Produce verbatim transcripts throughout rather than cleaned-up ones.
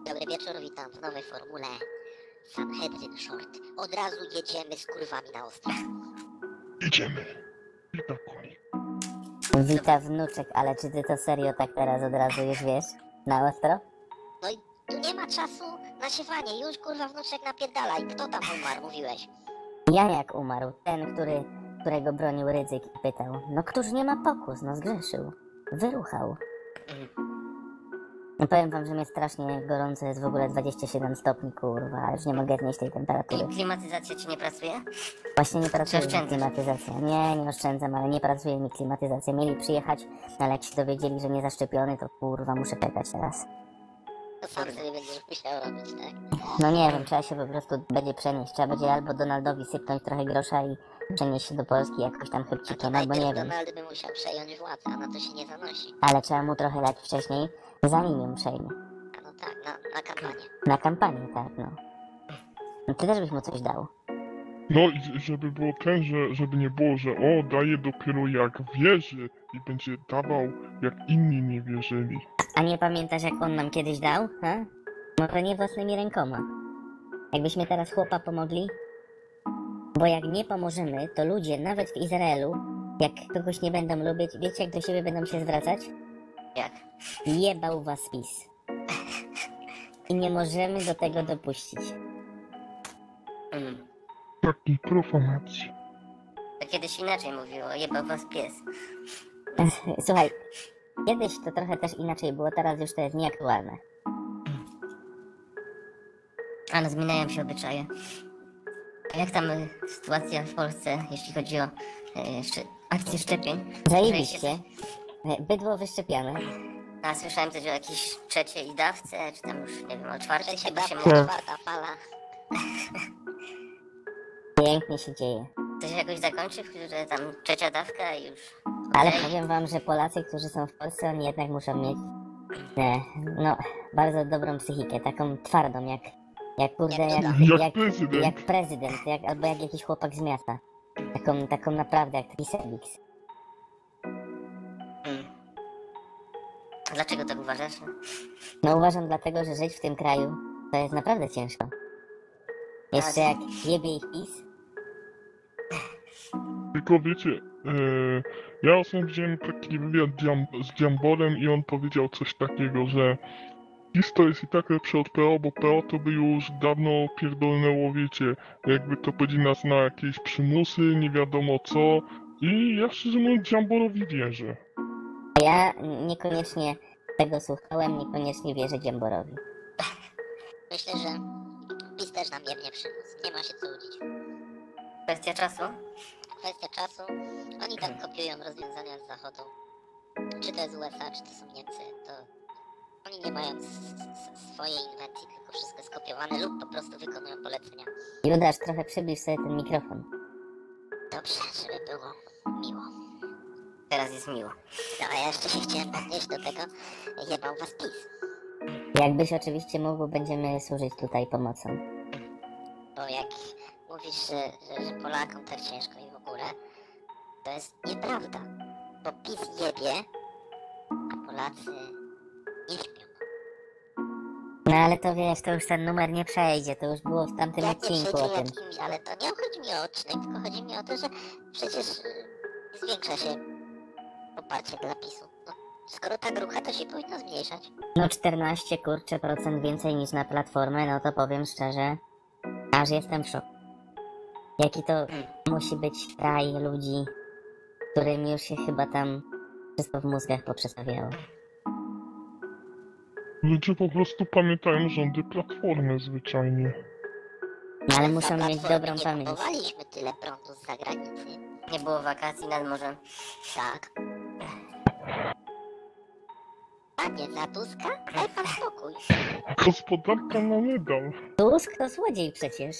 Dobry wieczór, witam w nowej formule Sanhedrin Short. Od razu jedziemy z kurwami na ostro. Jedziemy. Witam koni. Wita wnuczek, ale czy ty to serio tak teraz od razu już wiesz? Na ostro? No i tu nie ma czasu na siewanie, już kurwa wnuczek napierdalaj. Kto tam umarł, mówiłeś? Ja jak umarł, ten, który, którego bronił Rydzyk i pytał, no któż nie ma pokus, no zgrzeszył, wyruchał. No powiem wam, że mnie strasznie gorąco jest, w ogóle dwadzieścia siedem stopni, kurwa, już nie mogę znieść tej temperatury. I klimatyzacja ci nie pracuje? Właśnie nie pracuje mi oszczędzasz? klimatyzacja. Nie, nie oszczędzam, ale nie pracuje mi klimatyzacja. Mieli przyjechać, ale jak się dowiedzieli, że nie zaszczepiony, to kurwa muszę czekać teraz. To sam sobie będziesz musiał robić, tak? No nie wiem, trzeba się po prostu będzie przenieść. Trzeba będzie albo Donaldowi sypnąć trochę grosza i przenieść się do Polski jakoś tam chybcikiem, albo nie Najpierw wiem. Donald by musiał przejąć władzę, a na to się nie zanosi. Ale trzeba mu trochę dać wcześniej, zanim ją przejmie. A no tak, na, na kampanię. Na kampanię, tak, no. No ty też byś mu coś dał. No i żeby było ten, że żeby nie było, że o, daje dopiero jak wierzy i będzie dawał jak inni nie wierzyli. A nie pamiętasz, jak on nam kiedyś dał, ha? Może nie własnymi rękoma. Jakbyśmy teraz chłopa pomogli? Bo jak nie pomożemy, to ludzie, nawet w Izraelu, jak kogoś nie będą lubić, wiecie jak do siebie będą się zwracać? Jak? Jebał was PiS. I nie możemy do tego dopuścić. Mm. Takiej profanacji. To kiedyś inaczej mówiło, jebał was pies. Słuchaj, kiedyś to trochę też inaczej było, teraz już to jest nieaktualne. Ale zmieniają się obyczaje. A jak tam y, sytuacja w Polsce, jeśli chodzi o y, szy- akcję szczepień? Zajebiście. Bydło wyszczepiane. A słyszałem coś o jakiejś trzeciej dawce, czy tam już, nie wiem, o czwartej chyba się dawka. mówi. Czwarta fala. Pięknie się dzieje. To się jakoś zakończy, że tam trzecia dawka i już... Ale okej. powiem wam, że Polacy, którzy są w Polsce, oni jednak muszą mieć e, no, bardzo dobrą psychikę, taką twardą, jak, jak kurde, Jak jak, Jak jak, prezydent. jak prezydent, jak, albo jak jakiś chłopak z miasta. Taką, taką naprawdę, jak taki Serwix. Mm. A dlaczego tak uważasz? No uważam dlatego, że żyć w tym kraju to jest naprawdę ciężko. Jeszcze jak jebie ich PiS. Tylko wiecie, e, ja ostatnio widziałem taki wywiad Dziam- z Dziamborem i on powiedział coś takiego, że PiS to jest i tak lepsze od P O, bo P O to by już dawno pierdolnęło, wiecie, jakby to powiedzieć nas na jakieś przymusy, nie wiadomo co. I ja szczerze mówiąc Dziamborowi wierzę. Ja niekoniecznie tego słuchałem, niekoniecznie wierzę Dziamborowi. Myślę, że PiS też nam jebnie przymus. Nie ma się co łudzić. Kwestia czasu? Kwestia czasu. Oni tam kopiują rozwiązania z zachodu. Czy to jest U S A, czy to są Niemcy, to oni nie mają s- s- swojej inwencji, tylko wszystko skopiowane lub po prostu wykonują polecenia. Judasz, trochę przybliż sobie ten mikrofon. Dobrze, żeby było miło. Teraz jest miło. No a ja jeszcze się chciałem odnieść do tego, jebał was PiS. Jakbyś oczywiście mógł, będziemy służyć tutaj pomocą. Bo jak mówisz, że, że, że Polakom tak ciężko i w ogóle, to jest nieprawda. Bo PiS jebie, a Polacy nie śpią. No ale to wiesz, to już ten numer nie przejdzie, to już było w tamtym Jak nie odcinku o przejdzie tym. jakimś, ale to nie chodzi mi o odcinek, tylko chodzi mi o to, że przecież y, zwiększa się poparcie dla PiSu. No, skoro tak rucha, to się powinno zmniejszać. No czternaście kurczę procent więcej niż na Platformę, no to powiem szczerze, aż jestem w szoku. Jaki to musi być kraj ludzi, którym już się chyba tam wszystko w mózgach poprzestawiało. Ludzie po prostu pamiętają rządy Platformy zwyczajnie. No ale Za muszą mieć Platformy dobrą nie pamięć. kupowaliśmy tyle prądu z zagranicy. Nie było wakacji nad morzem. Tak. Panie, za Tuska? Daj pan spokój. Gospodarka na medal. Tusk to złodziej przecież.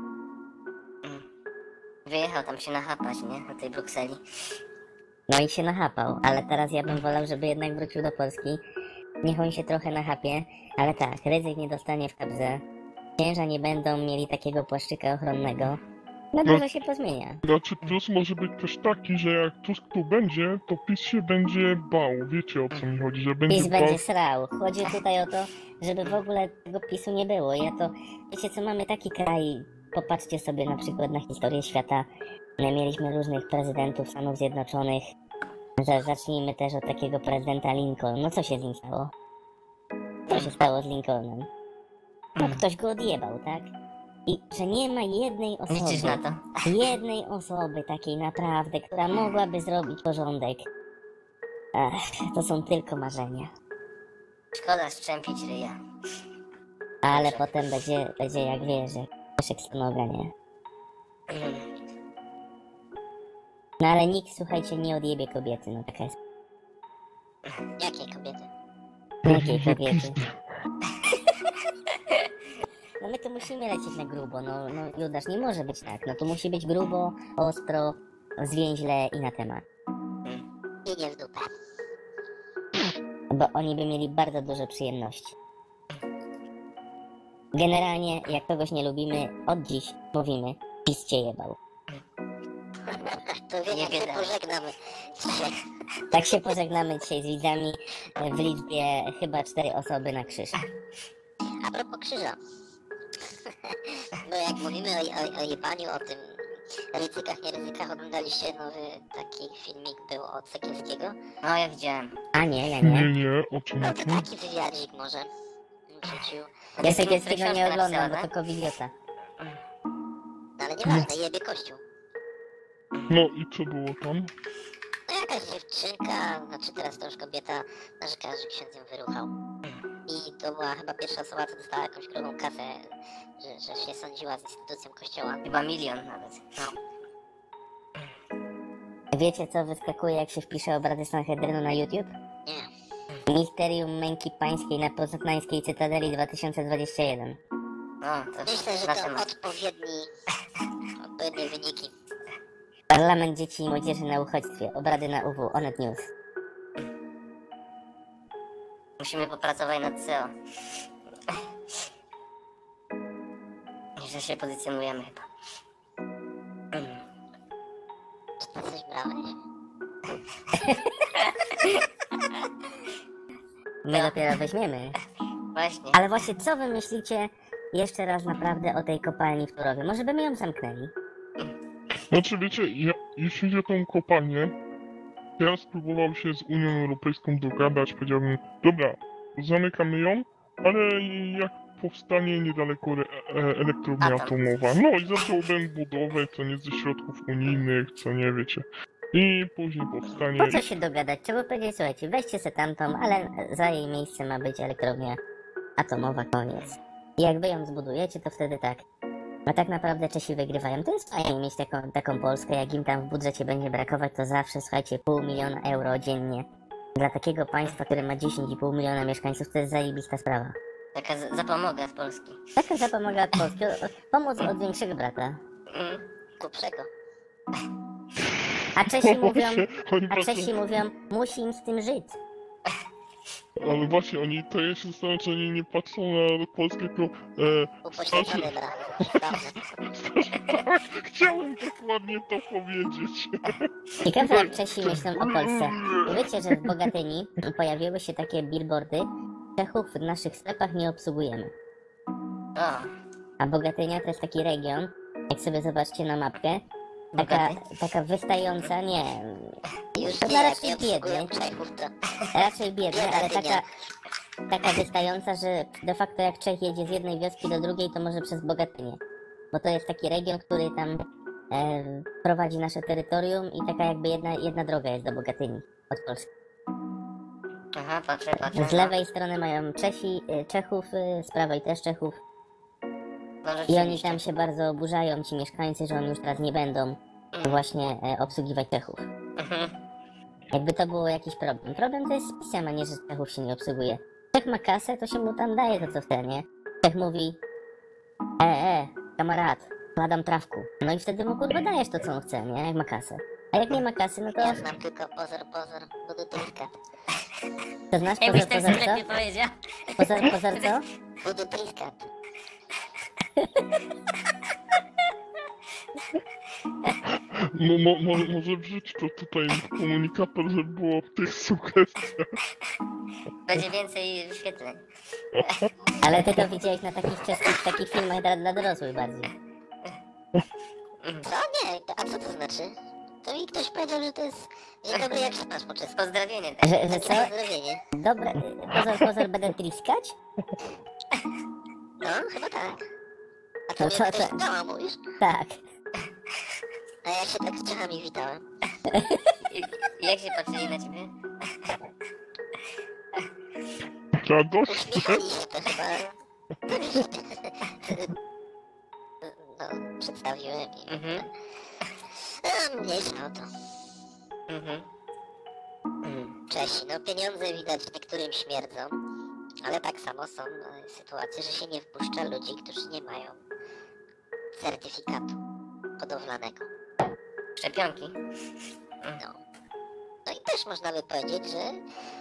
Wyjechał tam się nachapać, nie? Do tej Brukseli. No i się nachapał, ale teraz ja bym wolał, żeby jednak wrócił do Polski. Niech on się trochę nachapie, ale tak, Rydzyk nie dostanie w kabzę. Księża nie będą mieli takiego płaszczyka ochronnego. No No. dużo się pozmienia. Znaczy plus może być też taki, że jak Tusk tu będzie, to PiS się będzie bał. Wiecie o co mi chodzi, że będzie PiS bał. będzie srał. Chodzi tutaj o to, żeby w ogóle tego PiSu nie było. Ja to, wiecie co, mamy taki kraj, popatrzcie sobie na przykład na historię świata. My mieliśmy różnych prezydentów Stanów Zjednoczonych. Za- Zacznijmy też od takiego prezydenta Lincoln. No co się z nim stało? Co się stało z Lincolnem? No ktoś go odjebał, tak? I że nie ma jednej Liczysz na osoby, to? jednej osoby takiej naprawdę, która mogłaby zrobić porządek. Ech, to są tylko marzenia. Szkoda szczępić ryja. Ale Dobrze. potem będzie, będzie jak wiesz, jak Leszek Stonoga, nie? No ale nikt, słuchajcie, nie odjebie kobiety, no taka jest. Jakiej kobiety? Jakiej kobiety? No my tu musimy lecieć na grubo, no, no Judasz, nie może być tak, no tu musi być grubo, ostro, zwięźle i na temat. I nie w dupę. Bo oni by mieli bardzo dużo przyjemności. Generalnie, jak kogoś nie lubimy, od dziś mówimy, PiS cię jebał. To wiem, Nie jak się gadaj. pożegnamy dzisiaj. Tak się pożegnamy dzisiaj z widzami w liczbie chyba cztery osoby na krzyż. A propos krzyża. Bo jak mówimy o, o, o jebaniu, o tym ryzykach, nie ryzykach, oglądaliście nowy taki filmik był od Sekielskiego? No ja widziałem. A nie, ja Nie, nie. nie, o czym No o to tym? taki wywiadzik może wrzucił. Ja Sekielskiego nie oglądam, bo to covidiota. No ale nieważne, jebie kościół. No i co było tam? No jakaś dziewczynka, znaczy teraz to już kobieta, narzeka, że ksiądz ją wyruchał. I to była chyba pierwsza osoba, co dostała jakąś grubą kasę, że, że się sądziła z instytucją kościoła. Chyba milion nawet. No. Wiecie co wyskakuje, jak się wpisze obrady Sanhedrynu na YouTube? Nie. Misterium Męki Pańskiej na poznańskiej Cytadeli dwa tysiące dwudziesty pierwszy. No, to myślę, że to odpowiedni, odpowiednie wyniki. Parlament Dzieci i Młodzieży na Uchodźstwie. Obrady na U W. Onet News. Musimy popracować nad S E O. Że się pozycjonujemy chyba. Czy ty coś brałeś? My dopiero weźmiemy. Właśnie. Ale właśnie, co wy myślicie jeszcze raz naprawdę o tej kopalni w Turowie? Może by my ją zamknęli? Znaczy wiecie, ja, jeśli chodzi o tą kopalnię, ja spróbował się z Unią Europejską dogadać, powiedziałbym, dobra, zamykamy ją, ale jak powstanie niedaleko re, e, elektrownia Atom. atomowa, no i zacząłbym budowę, co nie ze środków unijnych, co nie wiecie. I później powstanie... Po co się dogadać? Trzeba powiedzieć, słuchajcie, weźcie se tamtą, ale za jej miejsce ma być elektrownia atomowa, koniec. I jak wy ją zbudujecie, to wtedy tak. No tak naprawdę Czesi wygrywają. To jest fajnie mieć taką, taką Polskę, jak im tam w budżecie będzie brakować, to zawsze, słuchajcie, pół miliona euro dziennie. Dla takiego państwa, które ma dziesięć i pół miliona mieszkańców, to jest zajebista sprawa. Taka z- zapomoga z Polski. Taka zapomoga od Polski, o- o- pomoc od większego brata. Mm. Kupszego. A Czesi mówią, Oni a właśnie- Czesi mówią, musi im z tym żyć. Ale właśnie, oni to ja się zastanawiam, czy oni nie patrzą na Polskę jako... E, Upośledzony brat. tak, chciałem dokładnie to powiedzieć. Ciekawe jak Czesi myślą o Polsce. Wiecie, że w Bogatyni pojawiły się takie billboardy, Czechów w naszych sklepach nie obsługujemy. O, A Bogatynia to jest taki region, jak sobie zobaczcie na mapkę, taka, Bogaty? taka wystająca, nie, już to nie, jak raczej nie obsługują biedny, Czechów, to... raczej biedny, ale Bogatynia. taka, taka wystająca, że de facto jak Czech jedzie z jednej wioski do drugiej, to może przez Bogatynię. Bo to jest taki region, który tam e, prowadzi nasze terytorium i taka jakby jedna, jedna droga jest do Bogatyni od Polski. Aha, patrzę, patrzę. Z lewej strony mają Czesi, y, Czechów, y, z prawej też Czechów. No, I oni rzeczywiście. tam się bardzo oburzają, ci mieszkańcy, że oni już teraz nie będą właśnie e, obsługiwać Czechów. Mhm. Jakby to było jakiś problem. Problem to jest z pisem, a nie, że Czechów się nie obsługuje. Czech ma kasę, to się mu tam daje to co chce, nie? Czech mówi, e, e, kamarad, kładam trawku. No i wtedy mu kurwa dajesz to co on chce, nie? Jak ma kasę. A jak nie ma kasy, no to, Ja znam tylko pozor, pozor, budu triskat. to znasz Jakbyś pozor, tak pozor co? sklepie powiedział. Pozor, pozor co? Budu triskat. No, mo, mo, może wrzuć to tutaj w komunikator, żeby było w tych sugestiach. Będzie więcej wyświetleń. Ale ty to widziałeś na takich czeskich, takich filmach dla, dla dorosłych bardziej. Co? Nie, a co to znaczy? To mi ktoś powiedział, że to jest dzień dobry, jak się masz po czesku. Pozdrowienie, tak? Że- że Takie co? Pozdrowienie. Dobra, pozor, pozor, będę triskać? No, chyba tak. A No to mnie co ktoś to? witała, mówisz? Tak. A ja się tak ciechami witałem. Jak się patrzyli na ciebie? Radość, Uśmiechali się to chyba. No, przedstawiłem im. Mhm. No, mniejsza o to. Mhm. Czesi, no pieniądze widać niektórym śmierdzą, ale tak samo są e, sytuacje, że się nie wpuszcza ludzi, którzy nie mają certyfikatu hodowlanego. Szczepionki? No. No i też można by powiedzieć, że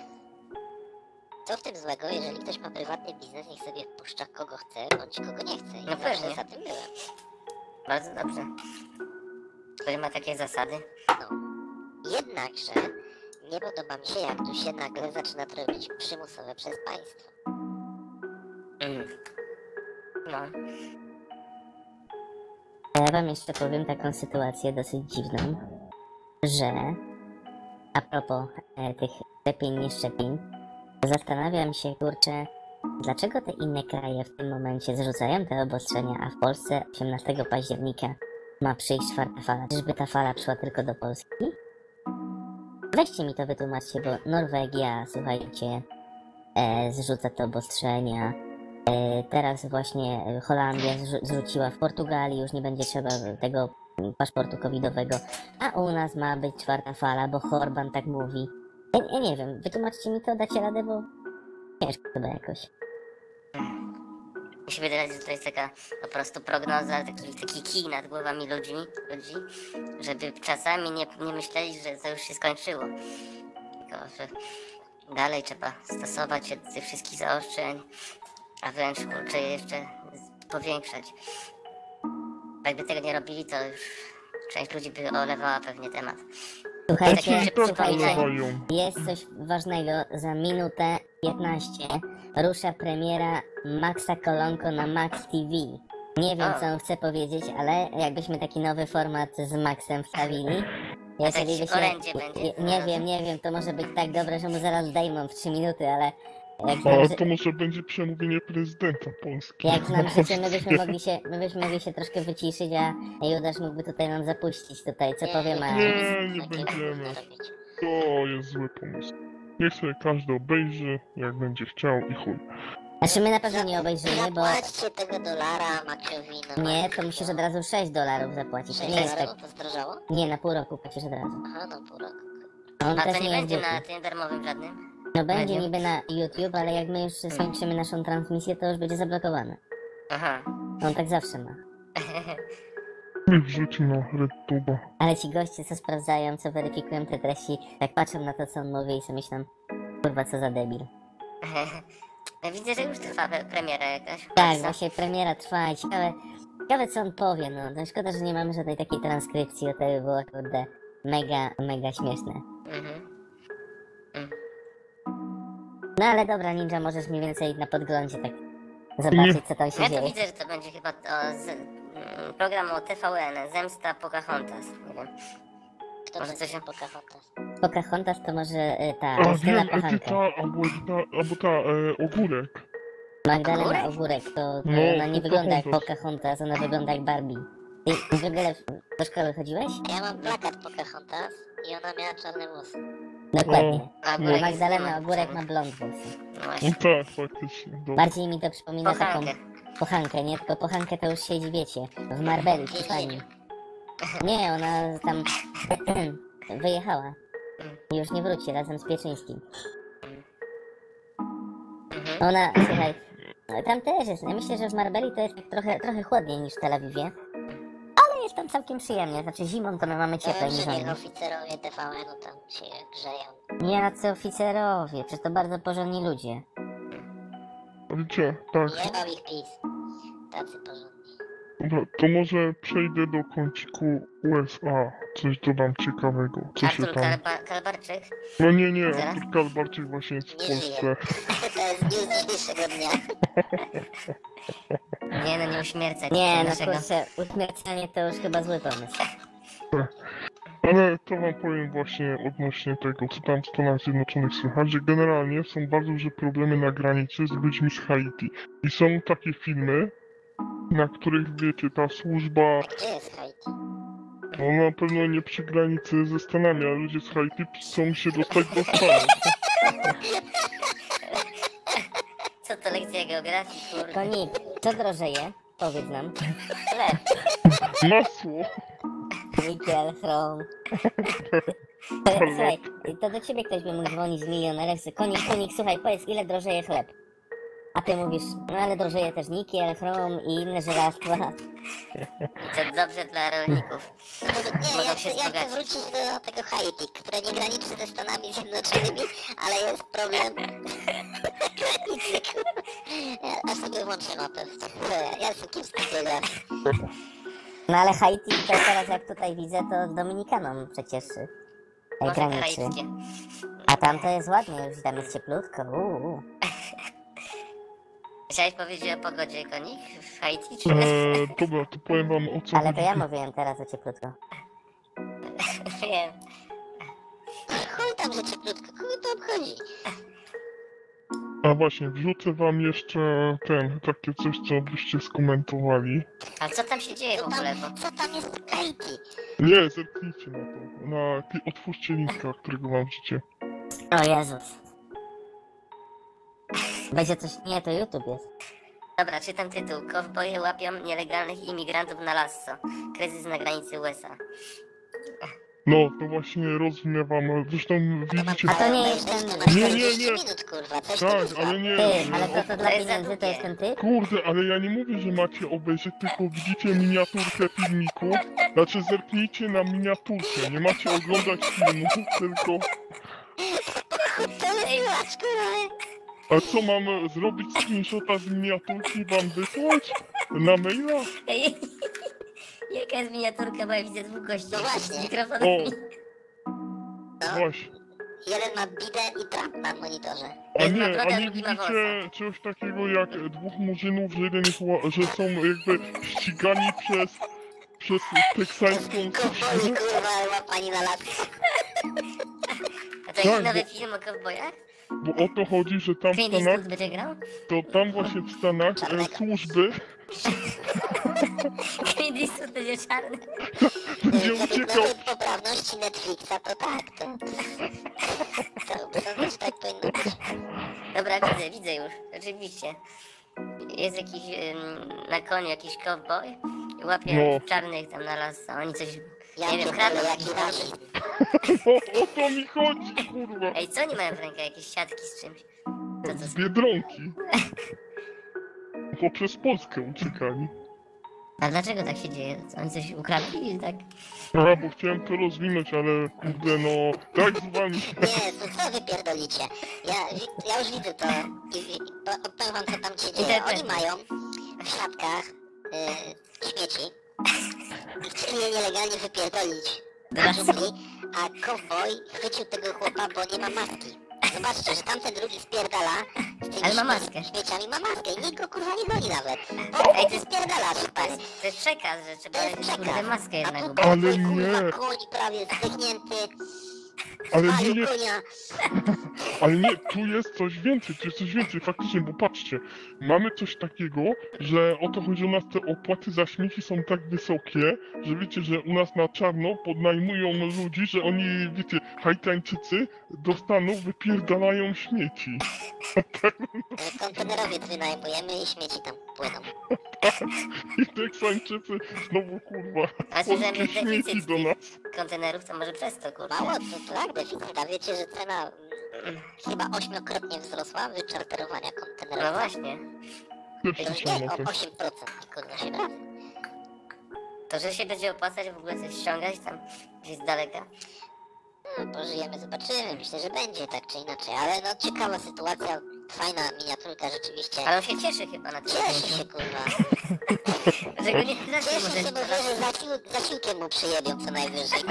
co w tym złego, jeżeli ktoś ma prywatny biznes, niech sobie wpuszcza kogo chce, bądź kogo nie chce. I no zawsze za tym byłem. Bardzo dobrze. Ktoś ma takie zasady? No. Jednakże nie podoba mi się, jak tu się nagle zaczyna to robić przymusowe przez państwo. Mm. No. A ja wam jeszcze powiem taką sytuację dosyć dziwną, że a propos e, tych szczepień, nie szczepień, to zastanawiam się, kurczę, dlaczego te inne kraje w tym momencie zrzucają te obostrzenia, a w Polsce osiemnastego października ma przyjść czwarta fala. Czyżby ta fala przyszła tylko do Polski? Weźcie mi to wytłumaczcie, bo Norwegia, słuchajcie, e, zrzuca te obostrzenia. E, teraz właśnie Holandia zrzu- zrzuciła, w Portugalii już nie będzie trzeba tego paszportu covidowego, a u nas ma być czwarta fala, bo Orban tak mówi. Ja, ja nie wiem, wytłumaczcie mi to, dacie radę, bo ciężko chyba jakoś. Mi się wydaje, że to jest taka po prostu prognoza, taki, taki kij nad głowami ludzi, ludzi, żeby czasami nie, nie myśleli, że to już się skończyło. Tylko, że dalej trzeba stosować się do tych wszystkich zaostrzeń, a wręcz kurczę je jeszcze powiększać. Jakby tego nie robili, to już część ludzi by olewała pewnie temat. Słuchajcie, Ci i tak słuchajcie, olewają. jest coś ważnego. Za minutę piętnaście rusza premiera Maxa Kolonko na Max T V. Nie wiem, co on chce powiedzieć, ale jakbyśmy taki nowy format z Maxem wstawili, jeżeli by się... orędzie będzie Nie, nie wiem, nie wiem, to może być tak dobre, że mu zaraz zdejmą w trzy minuty, ale... Jak Ale znam, to może będzie przemówienie prezydenta Polski. jak znam życie, my byśmy mogli się, my byśmy mogli się troszkę wyciszyć, a Judasz mógłby tutaj nam zapuścić tutaj, co powiem, a... Nie, nie będziemy. To jest zły pomysł. Niech sobie każdy obejrzy, jak będzie chciał i chuj. Znaczy my na pewno nie obejrzymy, bo... Zapłaćcie tego dolara Maciowi na Nie, to musisz od razu sześć dolarów zapłacić. To nie jest tak. To zdrożało? Nie, na pół roku płacisz od razu. Aha, na pół roku. On A też to nie nie jest będzie głupi. na tym darmowym żadnym? No będzie medium? niby na YouTube, ale jak my już skończymy naszą transmisję, to już będzie zablokowane. Aha. On tak zawsze ma. Niech wrzuci na RedTube'a. Ale ci goście, co sprawdzają, co weryfikują te treści, tak patrzą na to, co on mówi i sobie myślą, kurwa, co za debil. Ja widzę, że już trwa pre- premiera jakaś. Tak, Co? właśnie premiera trwa i ciekawe, ciekawe co on powie, no. To szkoda, że nie mamy żadnej takiej transkrypcji, bo to by było, kurde, mega, mega śmieszne. Mhm. No ale dobra, Ninja, możesz mniej więcej na podglądzie tak zobaczyć, co tam się Ja tu dzieje. widzę, że to będzie chyba to z, mm, program o T V N, Zemsta Pocahontas. Nie wiem. Kto może coś o Pocahontas? Pocahontas to może y, ta A Justyna wiem, Kochanka. Edyta, albo Edyta, albo ta, e, Ogórek. Magdalena Ogórek? Ogórek, to, to No, ona nie wygląda jak Pocahontas. Pocahontas, ona wygląda jak Barbie. Ty w ogóle do szkoły chodziłeś? Ja mam plakat Pocahontas i ona miała czarne włosy. Dokładnie. A A Ogórek Magdalena jest Ogórek czarny. ma blond włosy. No No właśnie. tak, faktycznie. Dobra. Bardziej mi to przypomina taką Pochankę. pochankę, nie? Tylko pochankę to już siedzi, wiecie, w Marbeli, w Hiszpanii. Nie, ona tam wyjechała. I już nie wróci razem z Pieczyńskim. Mhm. Ona, słuchaj, no, tam też jest. Ja myślę, że w Marbeli to jest tak trochę, trochę chłodniej niż w Tel Awiwie. Ale jest tam całkiem przyjemnie. Znaczy zimą to my mamy To cieplej wiem, niż że niech oni. oficerowie T V N-u tam się grzeją. Nie, a co oficerowie? Przecież to bardzo porządni ludzie. A wiecie, tak, Jebał ich PiS. Tacy porządni. Dobra, to może przejdę do kąciku U S A. Coś dodam ciekawego. Co się Artur tam... Kalba Kalbarczyk? No nie, nie, Zaraz. Artur Kalbarczyk właśnie jest w Nie Polsce. żyje. To jest news dzisiejszego dnia. Nie no, nie uśmiercać Nie, no naszego. kurczę, uśmiercanie to już chyba zły pomysł. Ale to wam powiem właśnie odnośnie tego, co tam w Stanach Zjednoczonych słychać, że generalnie są bardzo duże problemy na granicy z ludźmi z Haiti. I są takie filmy, na których, wiecie, ta służba, Gdzie jest Haiti? no na pewno nie przy granicy ze Stanami, ale ludzie z Haiti chcą się dostać do Stanów. Co to lekcja geografii, kurde? Konik, co drożeje? Powiedz nam. Chleb. Masło! Nikiel, chrom. Słuchaj, to do ciebie ktoś by mógł dzwonić z milionerem. Konik, konik, słuchaj, powiedz, ile drożeje chleb? A ty mówisz, no ale drożeje też nikiel, chrom i inne żelastwa. To dobrze dla rolników. No to, nie, Mogą ja, się chcę, ja chcę wzbogacić. wrócić do tego Haiti, które nie graniczy ze Stanami Zjednoczonymi, ale jest problem granicy, kurwa. Ja aż sobie włączę mapę. Ja, ja jestem kiepski w geografii. No ale Haiti to teraz jak tutaj widzę, to Dominikanom przecież y, Może graniczy. haickie. A tam to jest ładnie, już tam jest cieplutko. Uuu. Chciałeś powiedzieć o pogodzie, konik? W Haiti, czy... Eee, dobra, to powiem wam o co Ale to ja chodzi. mówiłem teraz o cieplutko. Wiem. Chuj tam, że cieplutko, kogo to obchodzi? A właśnie, wrzucę wam jeszcze ten, takie coś, co byście skomentowali. A co tam się dzieje w Co ogóle? tam, Bo... co tam jest w Haiti? Nie, zerknijcie na to. Na, otwórzcie linka, którego wam wrzucicie. O Jezus. Będzie coś... Nie, to YouTube jest. Dobra, czytam tytuł. Kowboje łapią nielegalnych imigrantów na lasso. Kryzys na granicy U S A. No, to właśnie rozwinę wam, zresztą widzicie... A to nie Ale jest to ten- ma Nie, nie, czterdzieści nie. minut, kurwa, coś Tak, tu ale nie... Ty, ale to, to dla To jest za pieniędzy to jest ten ty? Kurde, ale ja nie mówię, że macie obejrzeć, tylko widzicie miniaturkę filmiku. Znaczy zerknijcie na miniaturkę, nie macie oglądać filmu, tylko... To jest miłacz, kurwa. A co, mam zrobić screenshota z miniaturki i wam wysłać? Na maila? Ej, jaka jest miniaturka, bo ja widzę dwóch gości No właśnie. z O, mikrofonami. No, właśnie. jeden ma bidę i trap na monitorze. A Jeden ma nie, brodę, a a nie drugi ma widzicie czegoś takiego jak dwóch murzynów, że jeden jest, ła- że są jakby ścigani przez, przez teksańską Kowboi, służbę? kurwa, łapani na lat. A to jakiś Tak, nowy bo- film o kowbojach? Bo o to chodzi, że tam w Clint Stanach, Eastwood będzie grał? to tam właśnie w Stanach e, służby Clint Eastwood będzie czarny. nie Według uciekał. nowej poprawności Netflixa, to tak, to... To, to też tak powinno być. Dobra, widzę, widzę już. Rzeczywiście. Jest jakiś ym, na koniu jakiś cowboy i łapie No. czarnych tam na las, a oni coś, Ja nie wiem, pierdolę, kradną jaki jakiś rasizm. O, o to mi chodzi, kurwa. Ej, co oni mają w rękach? Jakieś siatki z czymś? Co to Z są? Biedronki. Poprzez Polskę uciekali. A dlaczego tak się dzieje? Co, oni coś ukradli? Tak? A, bo chciałem to rozwinąć, ale kurde no, tak z wami. Nie, to co wy pierdolicie? Ja, wi- ja już widzę to i, i po- powiem wam, co tam się dzieje. Oni mają w siatkach y, śmieci i chcieli je nielegalnie wypierdolić do dżungli, a cowboy chwycił tego chłopa, bo nie ma maski. Zobaczcie, że tamten drugi spierdala z tymi Ale ma śmie- maskę. śmieciami, ma maskę i nikt go kurwa nie goni nawet. O, Ej, ty spierdalasz, To pas. jest, to jest przekaz, że To trzeba jest mieć przekaz. kurde maskę A jednak tu ubrać. Ale cowboy, kurwa, nie. koń prawie zdechnięty, Ale nie, spalił nie, konia. ale nie, tu jest coś więcej, tu jest coś więcej, faktycznie, bo patrzcie, mamy coś takiego, że o to chodzi, u nas te opłaty za śmieci są tak wysokie, że wiecie, że u nas na czarno podnajmują ludzi, że oni, wiecie, Haitańczycy do Stanów wypierdalają śmieci. E, Kontenerowiec wynajmujemy i śmieci tam płyną. I Teksańczycy znowu, kurwa, A słyszałem, że polskie śmieci deficyt do nas. kontenerów to może przez to, kurwa. Mało, to tak, deficyt, a wiecie, że cena mm, chyba ośmiokrotnie wzrosła wyczarterowania No kontenerów. właśnie. Też To już słyszałem nie o o tym. osiem procent, kurwa się raz. To, że się będzie opłacać w ogóle coś ściągać tam gdzieś z daleka. No, pożyjemy, zobaczymy, myślę, że będzie tak czy inaczej, ale no ciekawa sytuacja. fajna miniaturka rzeczywiście. Ale on się cieszy chyba na tym Cieszy zdjęciu. się, kurwa. Że go nie traci Cieszy może. się, bo wie, że zasił, zasiłkiem mu przyjebią co najwyżej.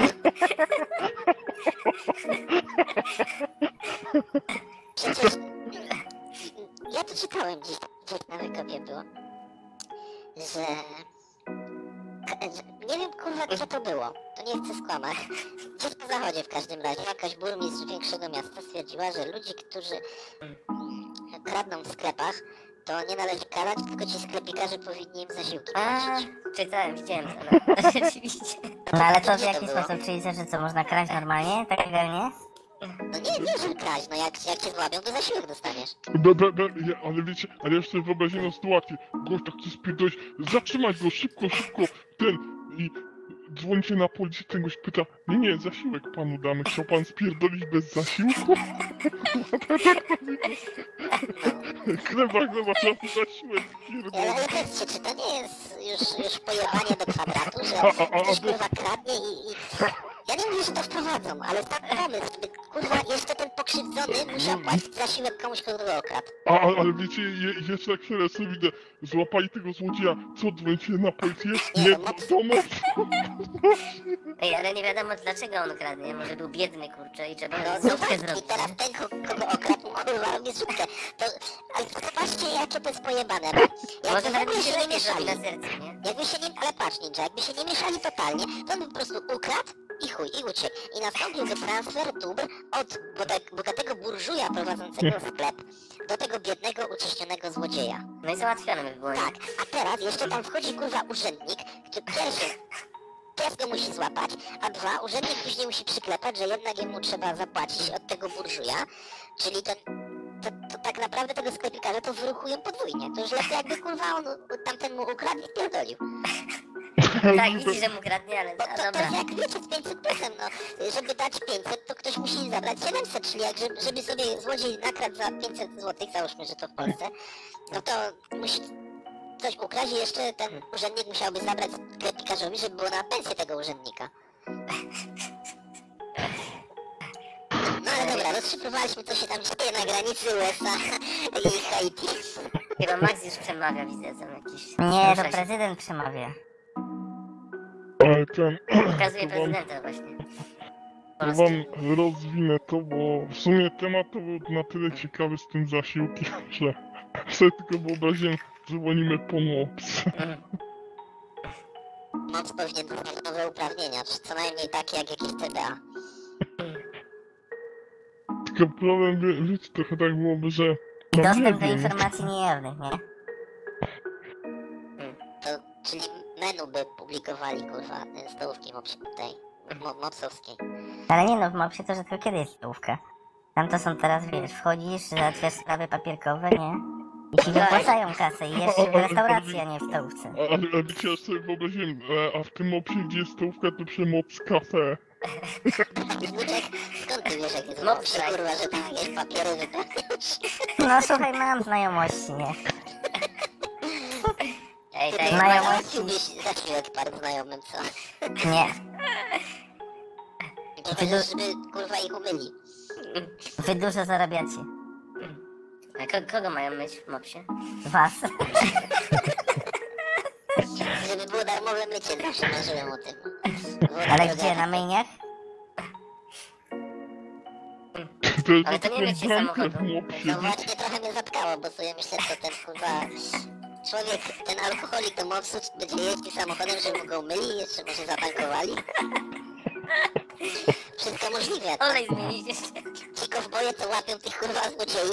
Przecież... Ja to czytałem gdzieś, gdzieś na wykopie było, że... że- Nie wiem, kurwa, gdzie to było. To nie chcę skłamać. Gdzieś na zachodzie w każdym razie. Jakaś burmistrz większego miasta stwierdziła, że ludzi, którzy kradną w sklepach, to nie należy karać, tylko ci sklepikarze powinni im zasiłki A, płacić. czytałem, widziałem to, no. Rzeczywiście. No ale to w Gdzie to jaki było? sposób? Czyli że co, można kraść normalnie? Tak legalnie? No nie, nie, że kraść, no jak, jak cię złapią, to zasiłek dostaniesz. Be, be, be, ja, ale wiecie, ale ja sobie wyobraź jedną sytuację. Gość tak chce spierdolić, zatrzymać go szybko, szybko, ten i dzwonicie na policję, ten gość pyta, nie, nie, zasiłek panu damy, chciał pan spierdolić bez zasiłku? Chleba, chleba, trzeba mu zasiłek Ale, ale spierdolić. powiedzcie, czy to nie jest już, już pojebanie do kwadratu, że A, a, a, ktoś bo- kurwa kradnie i, i... Ja nie mówię, że to wprowadzą, ale sam pomysł, by kurwa jeszcze ten pokrzywdzony musiał płacić zasiłek komuś, kto go okradł. A, a, ale wiecie, je, jeszcze jak się sobie widzę, złapali tego złodzieja, co, dzwonicie na policję? Nie, Nie, no moc- pomoc! Ej, ale nie wiadomo dlaczego on kradnie, może był biedny, kurczę, i trzeba No no, zupkę zobaczcie, zrobić. teraz nie? ten, ko- kogo okradł, kurwa, robi zupkę. To, ale zobaczcie, jakie to jest pojebane, bo Może jakby w nawet ogóle mi się się nie lepiej zrobi mieszali, na sercu, nie? jakby się nie, ale patrz Ninja, jakby się nie mieszali totalnie, to on by po prostu ukradł i chuj, i uciekł. I nastąpiłby transfer dóbr od boga- bogatego burżuja prowadzącego sklep do tego biednego, uciśnionego złodzieja. No i załatwione by było, nie? Tak, a teraz jeszcze tam wchodzi kurwa urzędnik, który pierwszy pies go musi złapać, a dwa, urzędnik później musi przyklepać, że jednak jemu trzeba zapłacić od tego burżuja, czyli ten, to, to tak naprawdę tego sklepikarza to wyruchują podwójnie. To już lepiej jakby kurwa on tamten mu ukradł i spierdolił. Tak, widzi, że mu kradnie, ale Bo a, to, to dobra. jest jak wiecie z pięćset plusem, no. Żeby dać pięćset, to ktoś musi zabrać siedemset, czyli jak żeby, żeby sobie złodziej nakradł za pięćset złotych, załóżmy, że to w Polsce, no to musi coś ukraść i jeszcze ten urzędnik musiałby zabrać sklepikarzowi, żeby było na pensję tego urzędnika. No ale dobra, rozszyfrowaliśmy co się tam dzieje na granicy U S A i Haiti. Chyba Max już przemawia, widzę, tam jakiś... Nie, to rusza się. prezydent przemawia. Ale ten, Pokazuje to wam, prezydenta właśnie. to Polski. wam rozwinę to, bo w sumie temat to był na tyle ciekawy z tym zasiłkiem, że sobie tylko wyobraziłem, dzwonimy po mops. Mm. Moc powinien dostać nowe uprawnienia, czy co najmniej takie jak jakieś T B A. Tylko problem, wie, wiecie, trochę tak byłoby, że... I no dostęp do nie wiem. informacji niejawnych, nie? To, czyli menu by publikowali, kurwa, stołówki mops, tej, mo, mopsowskiej. Ale nie no, w mopsie to rzadko kiedy jest stołówka. Tam to są teraz, wiesz, wchodzisz, załatwiasz sprawy papierkowe, nie? I ci wypłacają kasę i jesz w restauracji, a nie w stołówce. A- Ale, ale wiecie, ja sobie wyobraziłem, e, a w tym mopsie, gdzie jest stołówka, to przy mops cafe. Wnuczek, skąd ty wiesz, jak jest Mops, mopsy, tak. kurwa, że tam jakieś papiery wypełniasz? No słuchaj, mam znajomości, nie? Ej, Ty tak, Znajomości. nie załatwiłbyś zasiłek paru znajomym, co? Nie. I powiedziesz, żeby, kurwa, ich umyli. Wy dużo zarabiacie. A ko kogo mają myć w mopsie? Was. Żeby było darmowe mycie, zawsze marzyłem o tym. Było Ale droga. gdzie, na myjniach? To jest Ale to nie taką wiecie bramkę samochodu. w mopsie. No właśnie trochę mnie zatkało, bo sobie myślę, że ten kurwa człowiek, ten alkoholik do mopsu będzie jeździł samochodem, żeby go umyli, jeszcze może zatankowali. Wszystko możliwe. tak? Olej zmienić jeszcze. Ci kowboje, co łapią tych kurwa złodziei,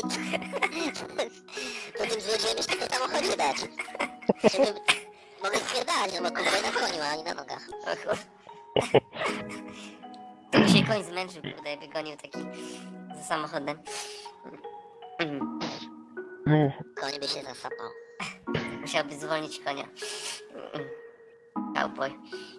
to tym złodziejom jeszcze po samochodzie dać. Żeby mogli spierdalać, no bo kowboj na koniu, a oni na nogach. O kur... To by się koń zmęczył, kurde, jakby gonił taki za samochodem. Mhm. No, Koń by się zasapał. Musiałby zwolnić konia. Mhm. Cowboy.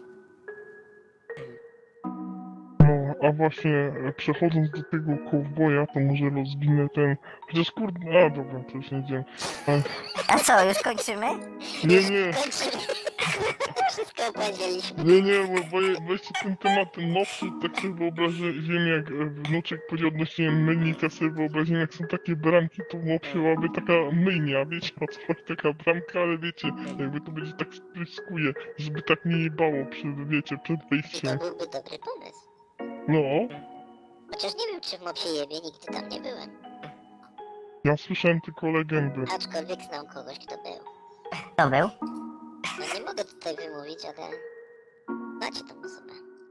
no, a właśnie, e, przechodząc do tego kowboja, to może rozwinę ten... Chociaż kurde, a dobra, to już nie wiem. E, A co, już kończymy? Nie, nie, Kończymy. Wszystko powiedzieliśmy. Nie, nie, bo, bo, bo jeszcze ten temat nowszy, tak sobie wyobraziłem, jak e, wnuczek powiedział odnośnie myjnika, sobie wyobraziłem, jak są takie bramki, to byłaby taka myjnia, wiecie o co chodzi, taka bramka, ale wiecie, jakby to będzie tak spryskuje, żeby tak nie jebało przed, wiecie, przed I to wejściem. byłby dobry pomysł. No, Chociaż nie wiem, czy w mopsie jebie, nigdy tam nie byłem. ja słyszałem tylko legendy. Aczkolwiek znam kogoś, kto był. To był? No nie mogę tutaj wymówić, ale... Macie tą osobę.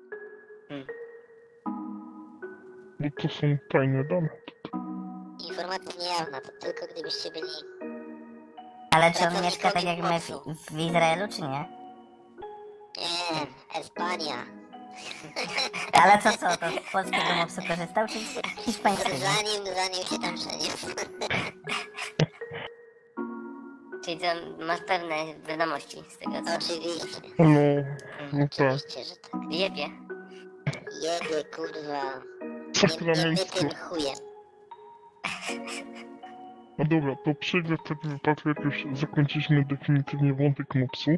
Bo to są tajne dane. Informacja niejawna, to tylko gdybyście byli... Ale czy on mieszka tak jak my w, w Izraelu, czy nie? Nie, Espania. Ale co, co, to z polskiego mopsu korzystał, czy z hiszpańskiego? Zanim, zanim się tam przeniósł. Czyli to masz pewne wiadomości z tego, co Oczywiście. No, no tak. Oczywiście, że tak. jebie. Jebie, kurwa. Nie, nie Sakramencko. tym chujem. No dobra, to przejdę w takim wypadku, jak już zakończyliśmy definitywnie wątek mopsu.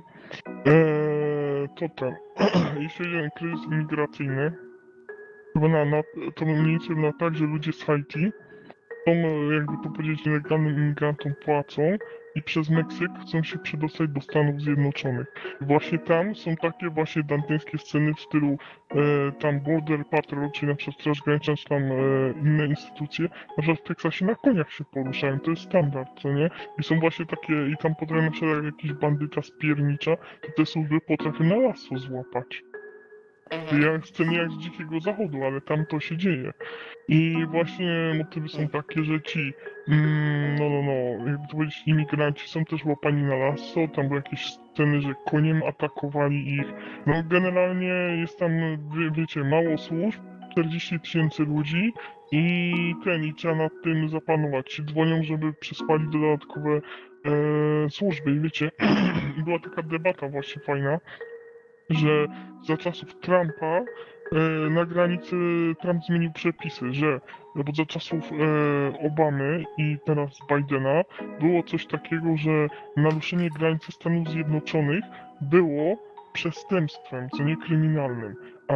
Eee, to ten, jeśli chodzi o kryzys imigracyjny, chyba na, na, to mniej więcej na tak, że ludzie z Haiti są, e, jakby to powiedzieć, nielegalnym imigrantom płacą i przez Meksyk chcą się przedostać do Stanów Zjednoczonych. I właśnie tam są takie właśnie danteńskie sceny w stylu e, tam Border Patrol, czyli na przykład Straż Graniczna, czy tam e, inne instytucje, na przykład w Teksasie na koniach się poruszają, to jest standard, co nie? I są właśnie takie, i tam potrafią na przykład jak jakiś bandyta z piernicza, to te służby potrafią na lasso złapać. Mhm. Jak sceny jak z Dzikiego Zachodu, ale tam to się dzieje. I właśnie motywy są takie, że ci, mm, no no no, jakby to powiedzieć, imigranci są też łapani na lasso, tam były jakieś sceny, że koniem atakowali ich. No generalnie jest tam, wie, wiecie, mało służb, czterdzieści tysięcy ludzi i ten, i trzeba nad tym zapanować. Dzwonią, żeby przysłali dodatkowe e, służby i wiecie, była taka debata właśnie fajna, że za czasów Trumpa e, na granicy Trump zmienił przepisy, że bo za czasów e, Obamy i teraz Bidena było coś takiego, że naruszenie granicy Stanów Zjednoczonych było przestępstwem, co nie kryminalnym. A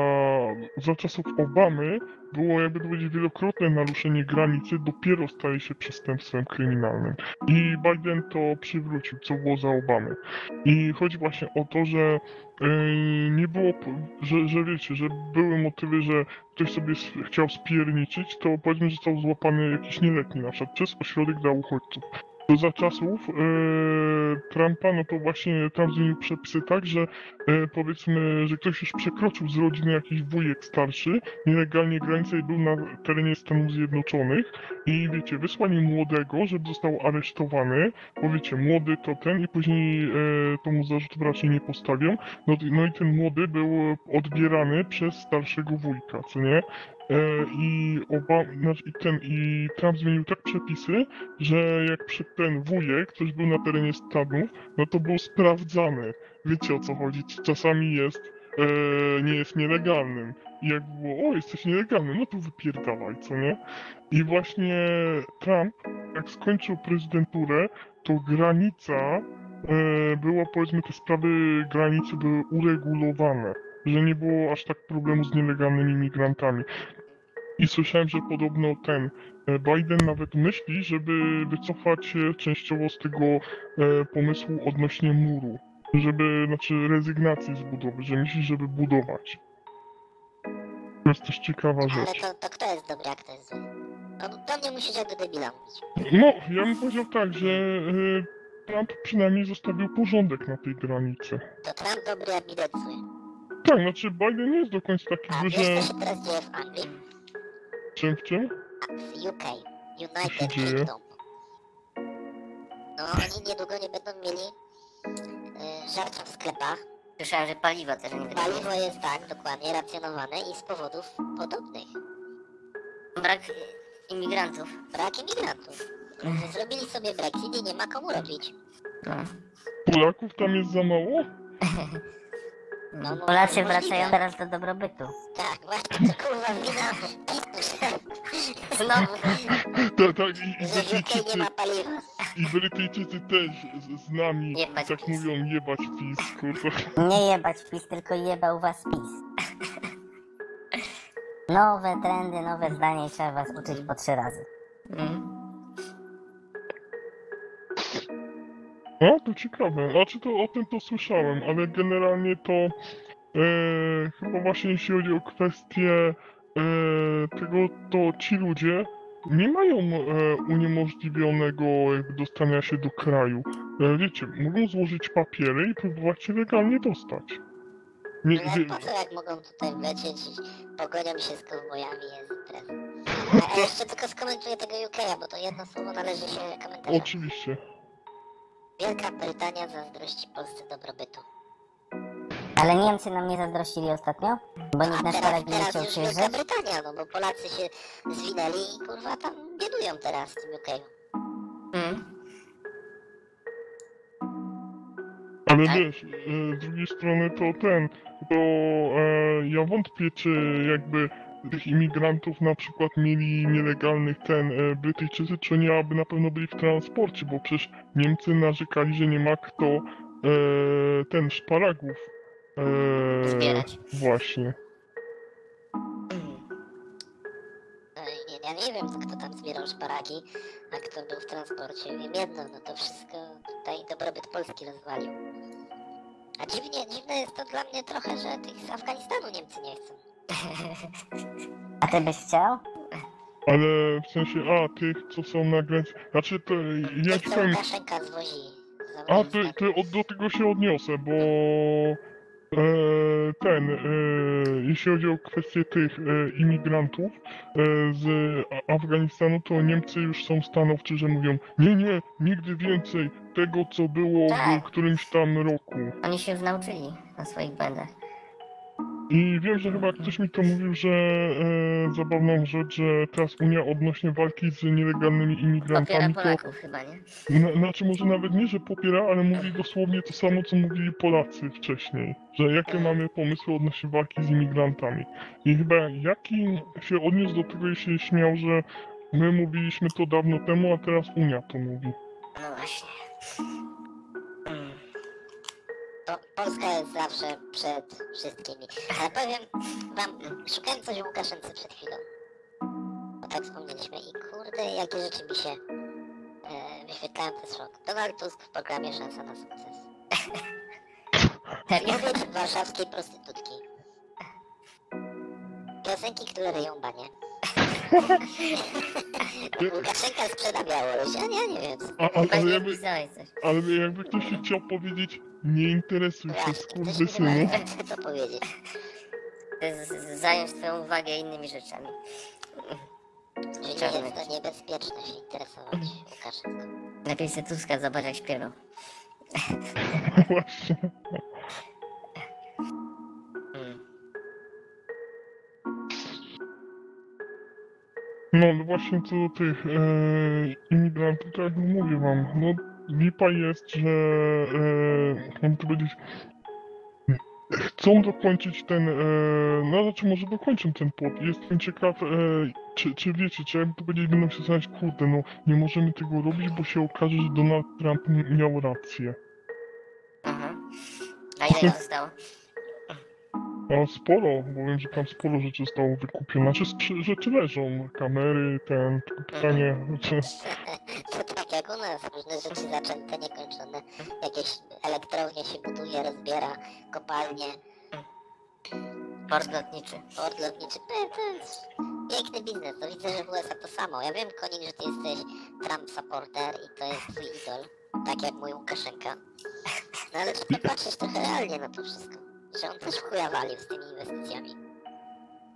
za czasów Obamy było, jakby to powiedzieć, wielokrotne naruszenie granicy dopiero staje się przestępstwem kryminalnym. I Biden to przywrócił, co było za Obamy. I chodzi właśnie o to, że Yy, nie było, p- że, że wiecie, że były motywy, że ktoś sobie s- chciał spierniczyć, to powiedzmy, że został złapany jakiś nieletni, na przykład przez ośrodek dla uchodźców. To za czasów yy, Trumpa, no to właśnie Trump zmienił przepisy tak, że yy, powiedzmy, że ktoś już przekroczył z rodziny jakiś wujek starszy, nielegalnie granicę i był na terenie Stanów Zjednoczonych i wiecie, wysłali młodego, żeby został aresztowany, bo wiecie, młody to ten i później yy, to mu zarzutów raczej nie postawią. No, no i ten młody był odbierany przez starszego wujka, co nie? E, I oba, znaczy, i ten, i Trump zmienił tak przepisy, że jak przy ten wujek ktoś był na terenie Stanów, no to był sprawdzany. Wiecie o co chodzi? Czasami jest, e, nie jest nielegalnym. I jak było, o jesteś nielegalny, no to wypierdalaj, co nie? I właśnie Trump, jak skończył prezydenturę, to granica e, była, powiedzmy, te sprawy granicy były uregulowane, że nie było aż tak problemu z nielegalnymi migrantami. I słyszałem, że podobno ten e, Biden nawet myśli, żeby wycofać się częściowo z tego e, pomysłu odnośnie muru, żeby, znaczy rezygnacji z budowy, że myśli, żeby budować. To jest też ciekawa Ale rzecz. to, to kto jest dobry, a kto jest zły? No, do mnie musisz jak do debila mówić. No, ja bym powiedział tak, że e, Trump przynajmniej zostawił porządek na tej granicy. To Trump dobry, a Biden zły. Tak, znaczy Biden nie jest do końca taki A zły, wiesz, że... co się teraz dzieje w Anglii? Czym w czym? A w U K. się United dzieje? Kingdom. No, oni niedługo nie będą mieli y, żarcia w sklepach. Słyszałem, że paliwa też nie wydaje. Paliwo jest tak, dokładnie, racjonowane i z powodów podobnych. Brak y, imigrantów. Brak imigrantów. Że zrobili sobie Brexit i nie ma komu robić. No. Polaków tam jest za mało? No, no, Polacy możliwe. wracają teraz do dobrobytu. Tak, właśnie, to kurwa wina PiSu, że znowu, Tak, tak, i, i że w U K Brytyjczycy, nie ma paliwa. i Brytyjczycy też z, z nami Jebać tak PiS. mówią jebać PiS, kurwa. Nie jebać PiS, tylko jebał was PiS. Nowe trendy, nowe zdanie, trzeba was uczyć po trzy razy. Mm. No, to ciekawe. Znaczy to o tym to słyszałem, ale generalnie to e, chyba właśnie jeśli chodzi o kwestię e, tego, to ci ludzie nie mają e, uniemożliwionego jakby dostania się do kraju. E, wiecie, mogą złożyć papiery i próbować się legalnie dostać. Nie, No wie, jak po co, jak mogą tutaj wlecieć i pogonią się z kowbojami, jest impreza. A, a jeszcze tylko skomentuję tego U K, bo to jedno słowo należy się komentarzom. oczywiście. Wielka Brytania zazdrości Polsce dobrobytu. Ale Niemcy nam nie zazdrościli ostatnio? Bo nikt A na teraz, szparagi nie teraz chciał już Wielka przyjeżdżać? Brytania, no bo Polacy się zwinęli i kurwa tam biedują teraz w tym U K. Mm. Ale Tak? wiesz, e, z drugiej strony to ten, to e, ja wątpię, czy jakby tych imigrantów na przykład mieli nielegalnych ten e, Brytyjczycy, czy oni aby na pewno byli w transporcie, bo przecież Niemcy narzekali, że nie ma kto e, ten szparagów e, Zbierać. właśnie. No i nie, ja nie wiem, kto tam zbierał szparagi, a kto był w transporcie. Wiem jedno, no to wszystko tutaj dobrobyt Polski rozwalił. A dziwnie, dziwne jest to dla mnie trochę, że tych z Afganistanu Niemcy nie chcą. A ty byś chciał? Ale w sensie, a tych, co są na granicy, znaczy to ja Tych, ci co powiem, Łukaszenka zwozi. z a to, Afganistanu. to od, do tego się odniosę, bo e, ten, e, jeśli chodzi o kwestię tych e, imigrantów e, z A- Afganistanu, to Niemcy już są stanowczy, że mówią, nie, nie, nigdy więcej tego, co było w Tak. którymś tam roku. Oni się już nauczyli na swoich błędach. I wiem, że chyba ktoś mi to mówił, że e, zabawną rzecz, że teraz Unia odnośnie walki z nielegalnymi Popiera imigrantami, to Polaków chyba, nie? Na, znaczy może nawet nie, że popiera, ale mówi dosłownie to samo, co mówili Polacy wcześniej. Że jakie mamy pomysły odnośnie walki z imigrantami. I chyba Jaki się odniósł do tego i się śmiał, że my mówiliśmy to dawno temu, a teraz Unia to mówi. No właśnie. Mm. To Polska jest zawsze przed wszystkimi. Ale powiem wam, szukałem coś o Łukaszence przed chwilą. Bo tak wspomnieliśmy i kurde, jakie rzeczy mi się e, wyświetlają, to jest szok. Donald Tusk w programie Szansa na sukces. Serio? Powiedz warszawskiej prostytutki. Piosenki, które ryją banie. Łukaszenka sprzeda Białoruś, a ja nie wiem. A, a, ale, Pewnie jakby, wpisałeś coś. ale jakby ktoś się chciał powiedzieć, nie interesuj się, Właśnie, ktoś mi skurwysynu. chyba chce to powiedzieć. Z- z- Zająć twoją uwagę innymi rzeczami. Czy nie Czarny. jest to niebezpieczne się interesować Łukaszenką? Lepiej se Tuska zobacz jak śpiewał. Właśnie. Mm. No, no właśnie co do tych e, imigrantów, tak jak mówię wam, no lipa jest, że e, mam to powiedzieć, chcą dokończyć ten, e, no znaczy może dokończą ten płot. Jestem ciekaw, e, czy, czy wiecie, czy jakby to powiedzieć, będą się zastanawiać, kurde, no nie możemy tego robić, bo się okaże, że Donald Trump m- miał rację. Aha. A ile ich zostało? A sporo, bo wiem, że tam sporo rzeczy zostało wykupione. Znaczy sprzy- rzeczy leżą, kamery, ten, tylko pytanie, czy... To tak jak u nas, różne rzeczy zaczęte, niekończone. Jakieś elektrownie się buduje, rozbiera, kopalnie, Port lotniczy. port lotniczy. To, to jest piękny biznes. No widzę, że w U S A to samo. Ja wiem, Konik, że ty jesteś Trump supporter i to jest twój idol. Tak jak mój Łukaszenka. No ale trzeba patrzeć trochę realnie na to wszystko. Że on też w chuja walił z tymi inwestycjami.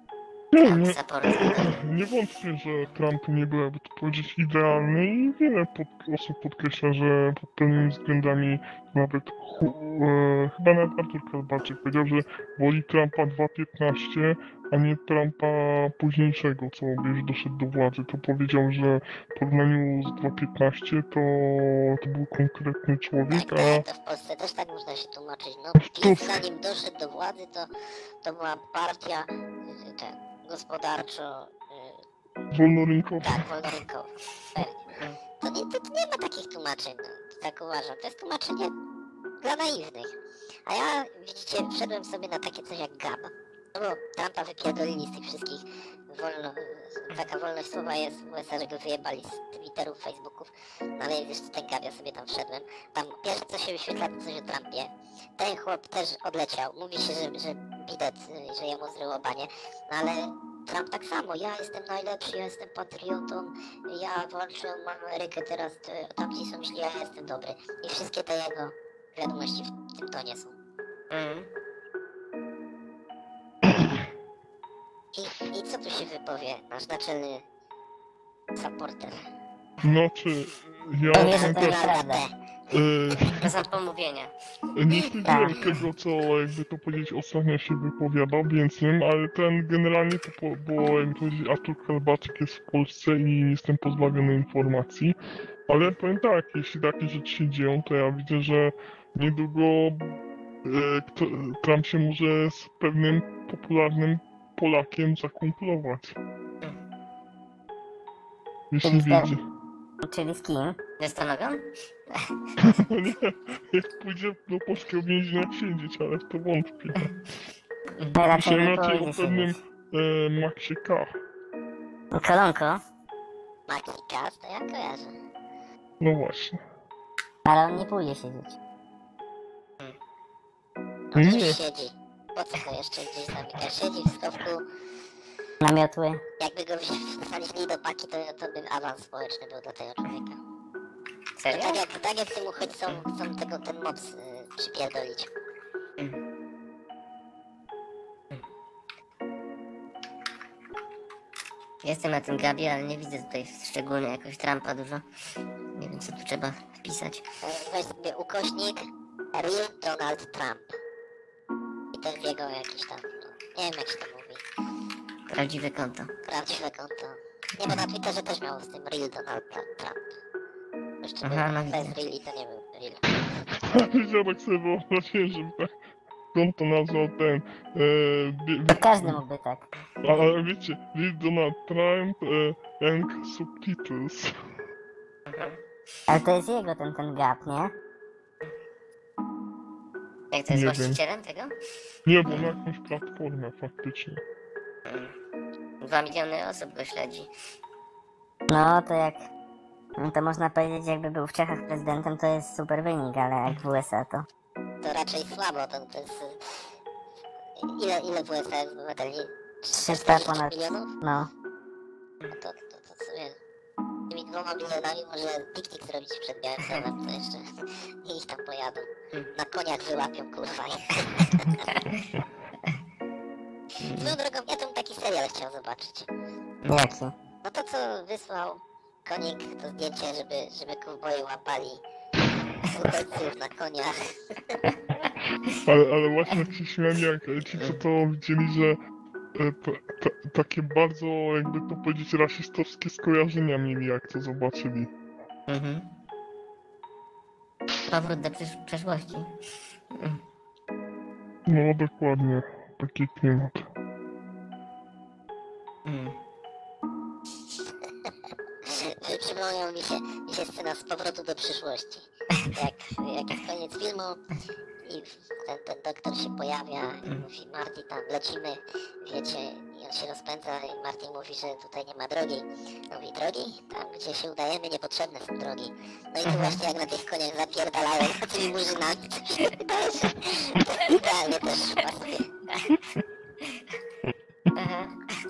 Nie, Trump nie, supporter. nie wątpię, że Trump nie był, jakby to powiedzieć, idealny i wiele pod, osób podkreśla, że pod pewnymi względami nawet hu, e, chyba nawet Artur Kalbaczyk powiedział, że woli Trumpa dwa piętnaście, a nie Trumpa późniejszego, co już doszedł do władzy. To powiedział, że w porównaniu z dwa piętnaście to, to był konkretny człowiek, Tak, a tak, to w Polsce też tak można się tłumaczyć. No, To- PiS zanim doszedł do władzy, to, to była partia y, te, gospodarczo, y, wolnorynkowy. tak, wolnorynkowa. Pewnie. To nie, to, to nie ma takich tłumaczeń, no, tak uważam. To jest tłumaczenie dla naiwnych. A ja, widzicie, wszedłem sobie na takie coś jak Gab. No bo Trumpa wypierdolili z tych wszystkich wolno, taka wolność słowa jest w U S A, że go wyjebali z Twitterów, Facebooków, no ale jeszcze ten Gab, ja sobie tam wszedłem. Tam pierwsze co się wyświetla to coś o Trumpie. Ten chłop też odleciał. Mówi się, że, że bidet, że jemu zryło banie, no ale Trump tak samo. Ja jestem najlepszy, ja jestem patriotą, ja walczę o Amerykę teraz, to- tamci są źli, a ja jestem dobry. I wszystkie te jego wiadomości w tym tonie są. Mm. I, I co tu się wypowie nasz naczelny supporter? Znaczy, ja To nie, że powiem to tak, jest prawda. e, To są pomówienia. nie śledziłem tego, co jakby to powiedzieć ostatnio się wypowiadał, więc nie wiem, ale ten generalnie to, po, bo jakby to powiedzieć Artur Kalbaczyk jest w Polsce i nie jestem pozbawiony informacji, ale powiem tak, jeśli takie rzeczy się dzieją, to ja widzę, że niedługo e, kto, Trump się może z pewnym popularnym Polakiem zakumplować. Jeśli Czyli z widzi. Czyli z kim? Ze Stanogon? No nie, jak pójdzie do polskiego więzienia siedzieć, ale w to wątpię. Raczej nie Myślałem raczej o pójdzie pewnym siedzieć. e, Maxie K. Kolonko? Maki Kas, to ja kojarzę. No właśnie. Ale on nie pójdzie siedzieć. On Nie. już siedzi. Po co to jeszcze gdzieś zamyka? Siedzi w schowku. Namiotły. Jakby go wsadzili do paki, to, to by awans społeczny był dla tego człowieka. To Serio? tak jak, tak jak tym uchodźcom chcą tego, ten moc y, przypierdolić. Jestem na tym Gabie, ale nie widzę tutaj szczególnie jakoś Trumpa dużo. Nie wiem co tu trzeba wpisać. E, Weź sobie ukośnik Real Donald Trump. I to jest jego jakiś tam, no, nie wiem jak się to mówi, Prawdziwe konto. prawdziwe konto. Nie, bo na Twitterze też miał z tym Real Donald Trump. Jeszcze Aha, był no bez widzę. Real i to nie był Real. Ja tak sobie wyobraziłem, żeby tak on to nazwał ten. E, wie, To każdy mógłby tak. ale wiecie, Real Donald Trump e, and subtitles. Ale to jest jego ten, ten gap, nie? Jak to jest Nie wiem. właścicielem tego? Nie, bo na jakąś platformę faktycznie. Dwa miliony osób go śledzi. No to jak... no to można powiedzieć, jakby był w Czechach prezydentem, to jest super wynik, ale jak w U S A to... To raczej słabo, to, to jest... y, Ile, ile w U S A jest obywateli? trzysta ponad... milionów? No. No to, to, to sobie... Tymi dwoma milionami może piknik zrobić przed Białym Domem, to jeszcze i ich tam pojadą. Na koniach wyłapią, kurwa. Swoją drogą, ja tam taki serial chciał zobaczyć. Jaki? No to co wysłał Konik, to zdjęcie, żeby, żeby kowboje łapali uchodźców na koniach. Ale, ale właśnie tak się śmiałem, jak ci co to widzieli, że e, to, to, takie bardzo, jakby to powiedzieć, rasistowskie skojarzenia mieli, jak to zobaczyli. Mhm. Powrót do przysz- przeszłości. No dokładnie, taki klimat. Mm. Przypomniał mi się, mi się scena z powrotu do przyszłości. Jak, jak jest koniec filmu i ten, ten doktor się pojawia i mówi Marty tam lecimy, wiecie, i on się rozpędza i Marty mówi, że tutaj nie ma drogi. Mówi drogi? Tam gdzie się udajemy niepotrzebne są drogi. No i tu właśnie jak na tych koniach zapierdalają za tymi murzynami, to się wydaje, że to idealnie też pasuje. Aha.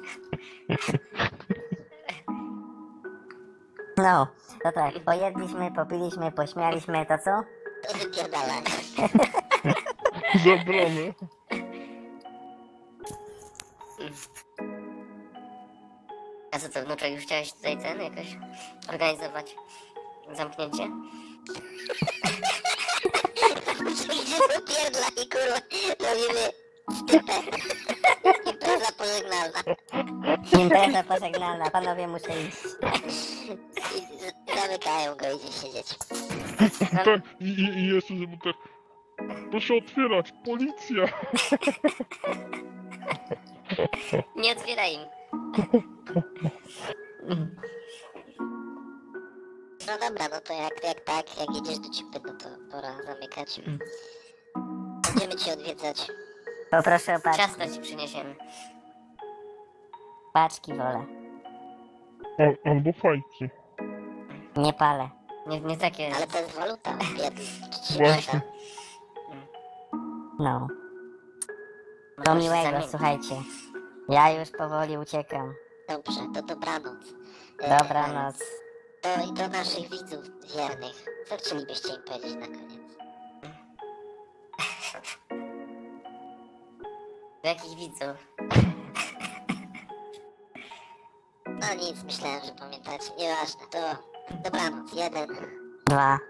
No, to tak, pojedliśmy, popiliśmy, pośmialiśmy, to co? To wypierdala. Zabramy. A co to, wnuczek, już chciałeś tutaj ten jakoś organizować zamknięcie? Gdzie to pierdla i kurwa robimy stripę. Impreza pożegnalna. Impreza pożegnalna, panowie muszę iść. I z- zamykają go, idzie siedzieć. Tak, i, i, i jeszcze, żeby tak... Proszę otwierać, policja! Nie otwieraj im. No dobra, no to jak, jak tak, jak jedziesz do ciebie, no to pora zamykać. Będziemy cię odwiedzać. Poproszę o paczki. Ciasto ci przyniesiemy. Paczki wolę. Al, albo fajki. Nie palę. Nie, nie takie... Ale to jest waluta, biedny. Właśnie. No. Do Można się miłego, zamienić. słuchajcie. Ja już powoli uciekam. Dobrze, to dobranoc. E, Dobranoc. To i do naszych widzów wiernych. Co chcielibyście im powiedzieć na koniec? Do jakich widzów? No nic, myślałem, że pamiętacie. Nieważne, to dobranoc. Jeden. Dwa.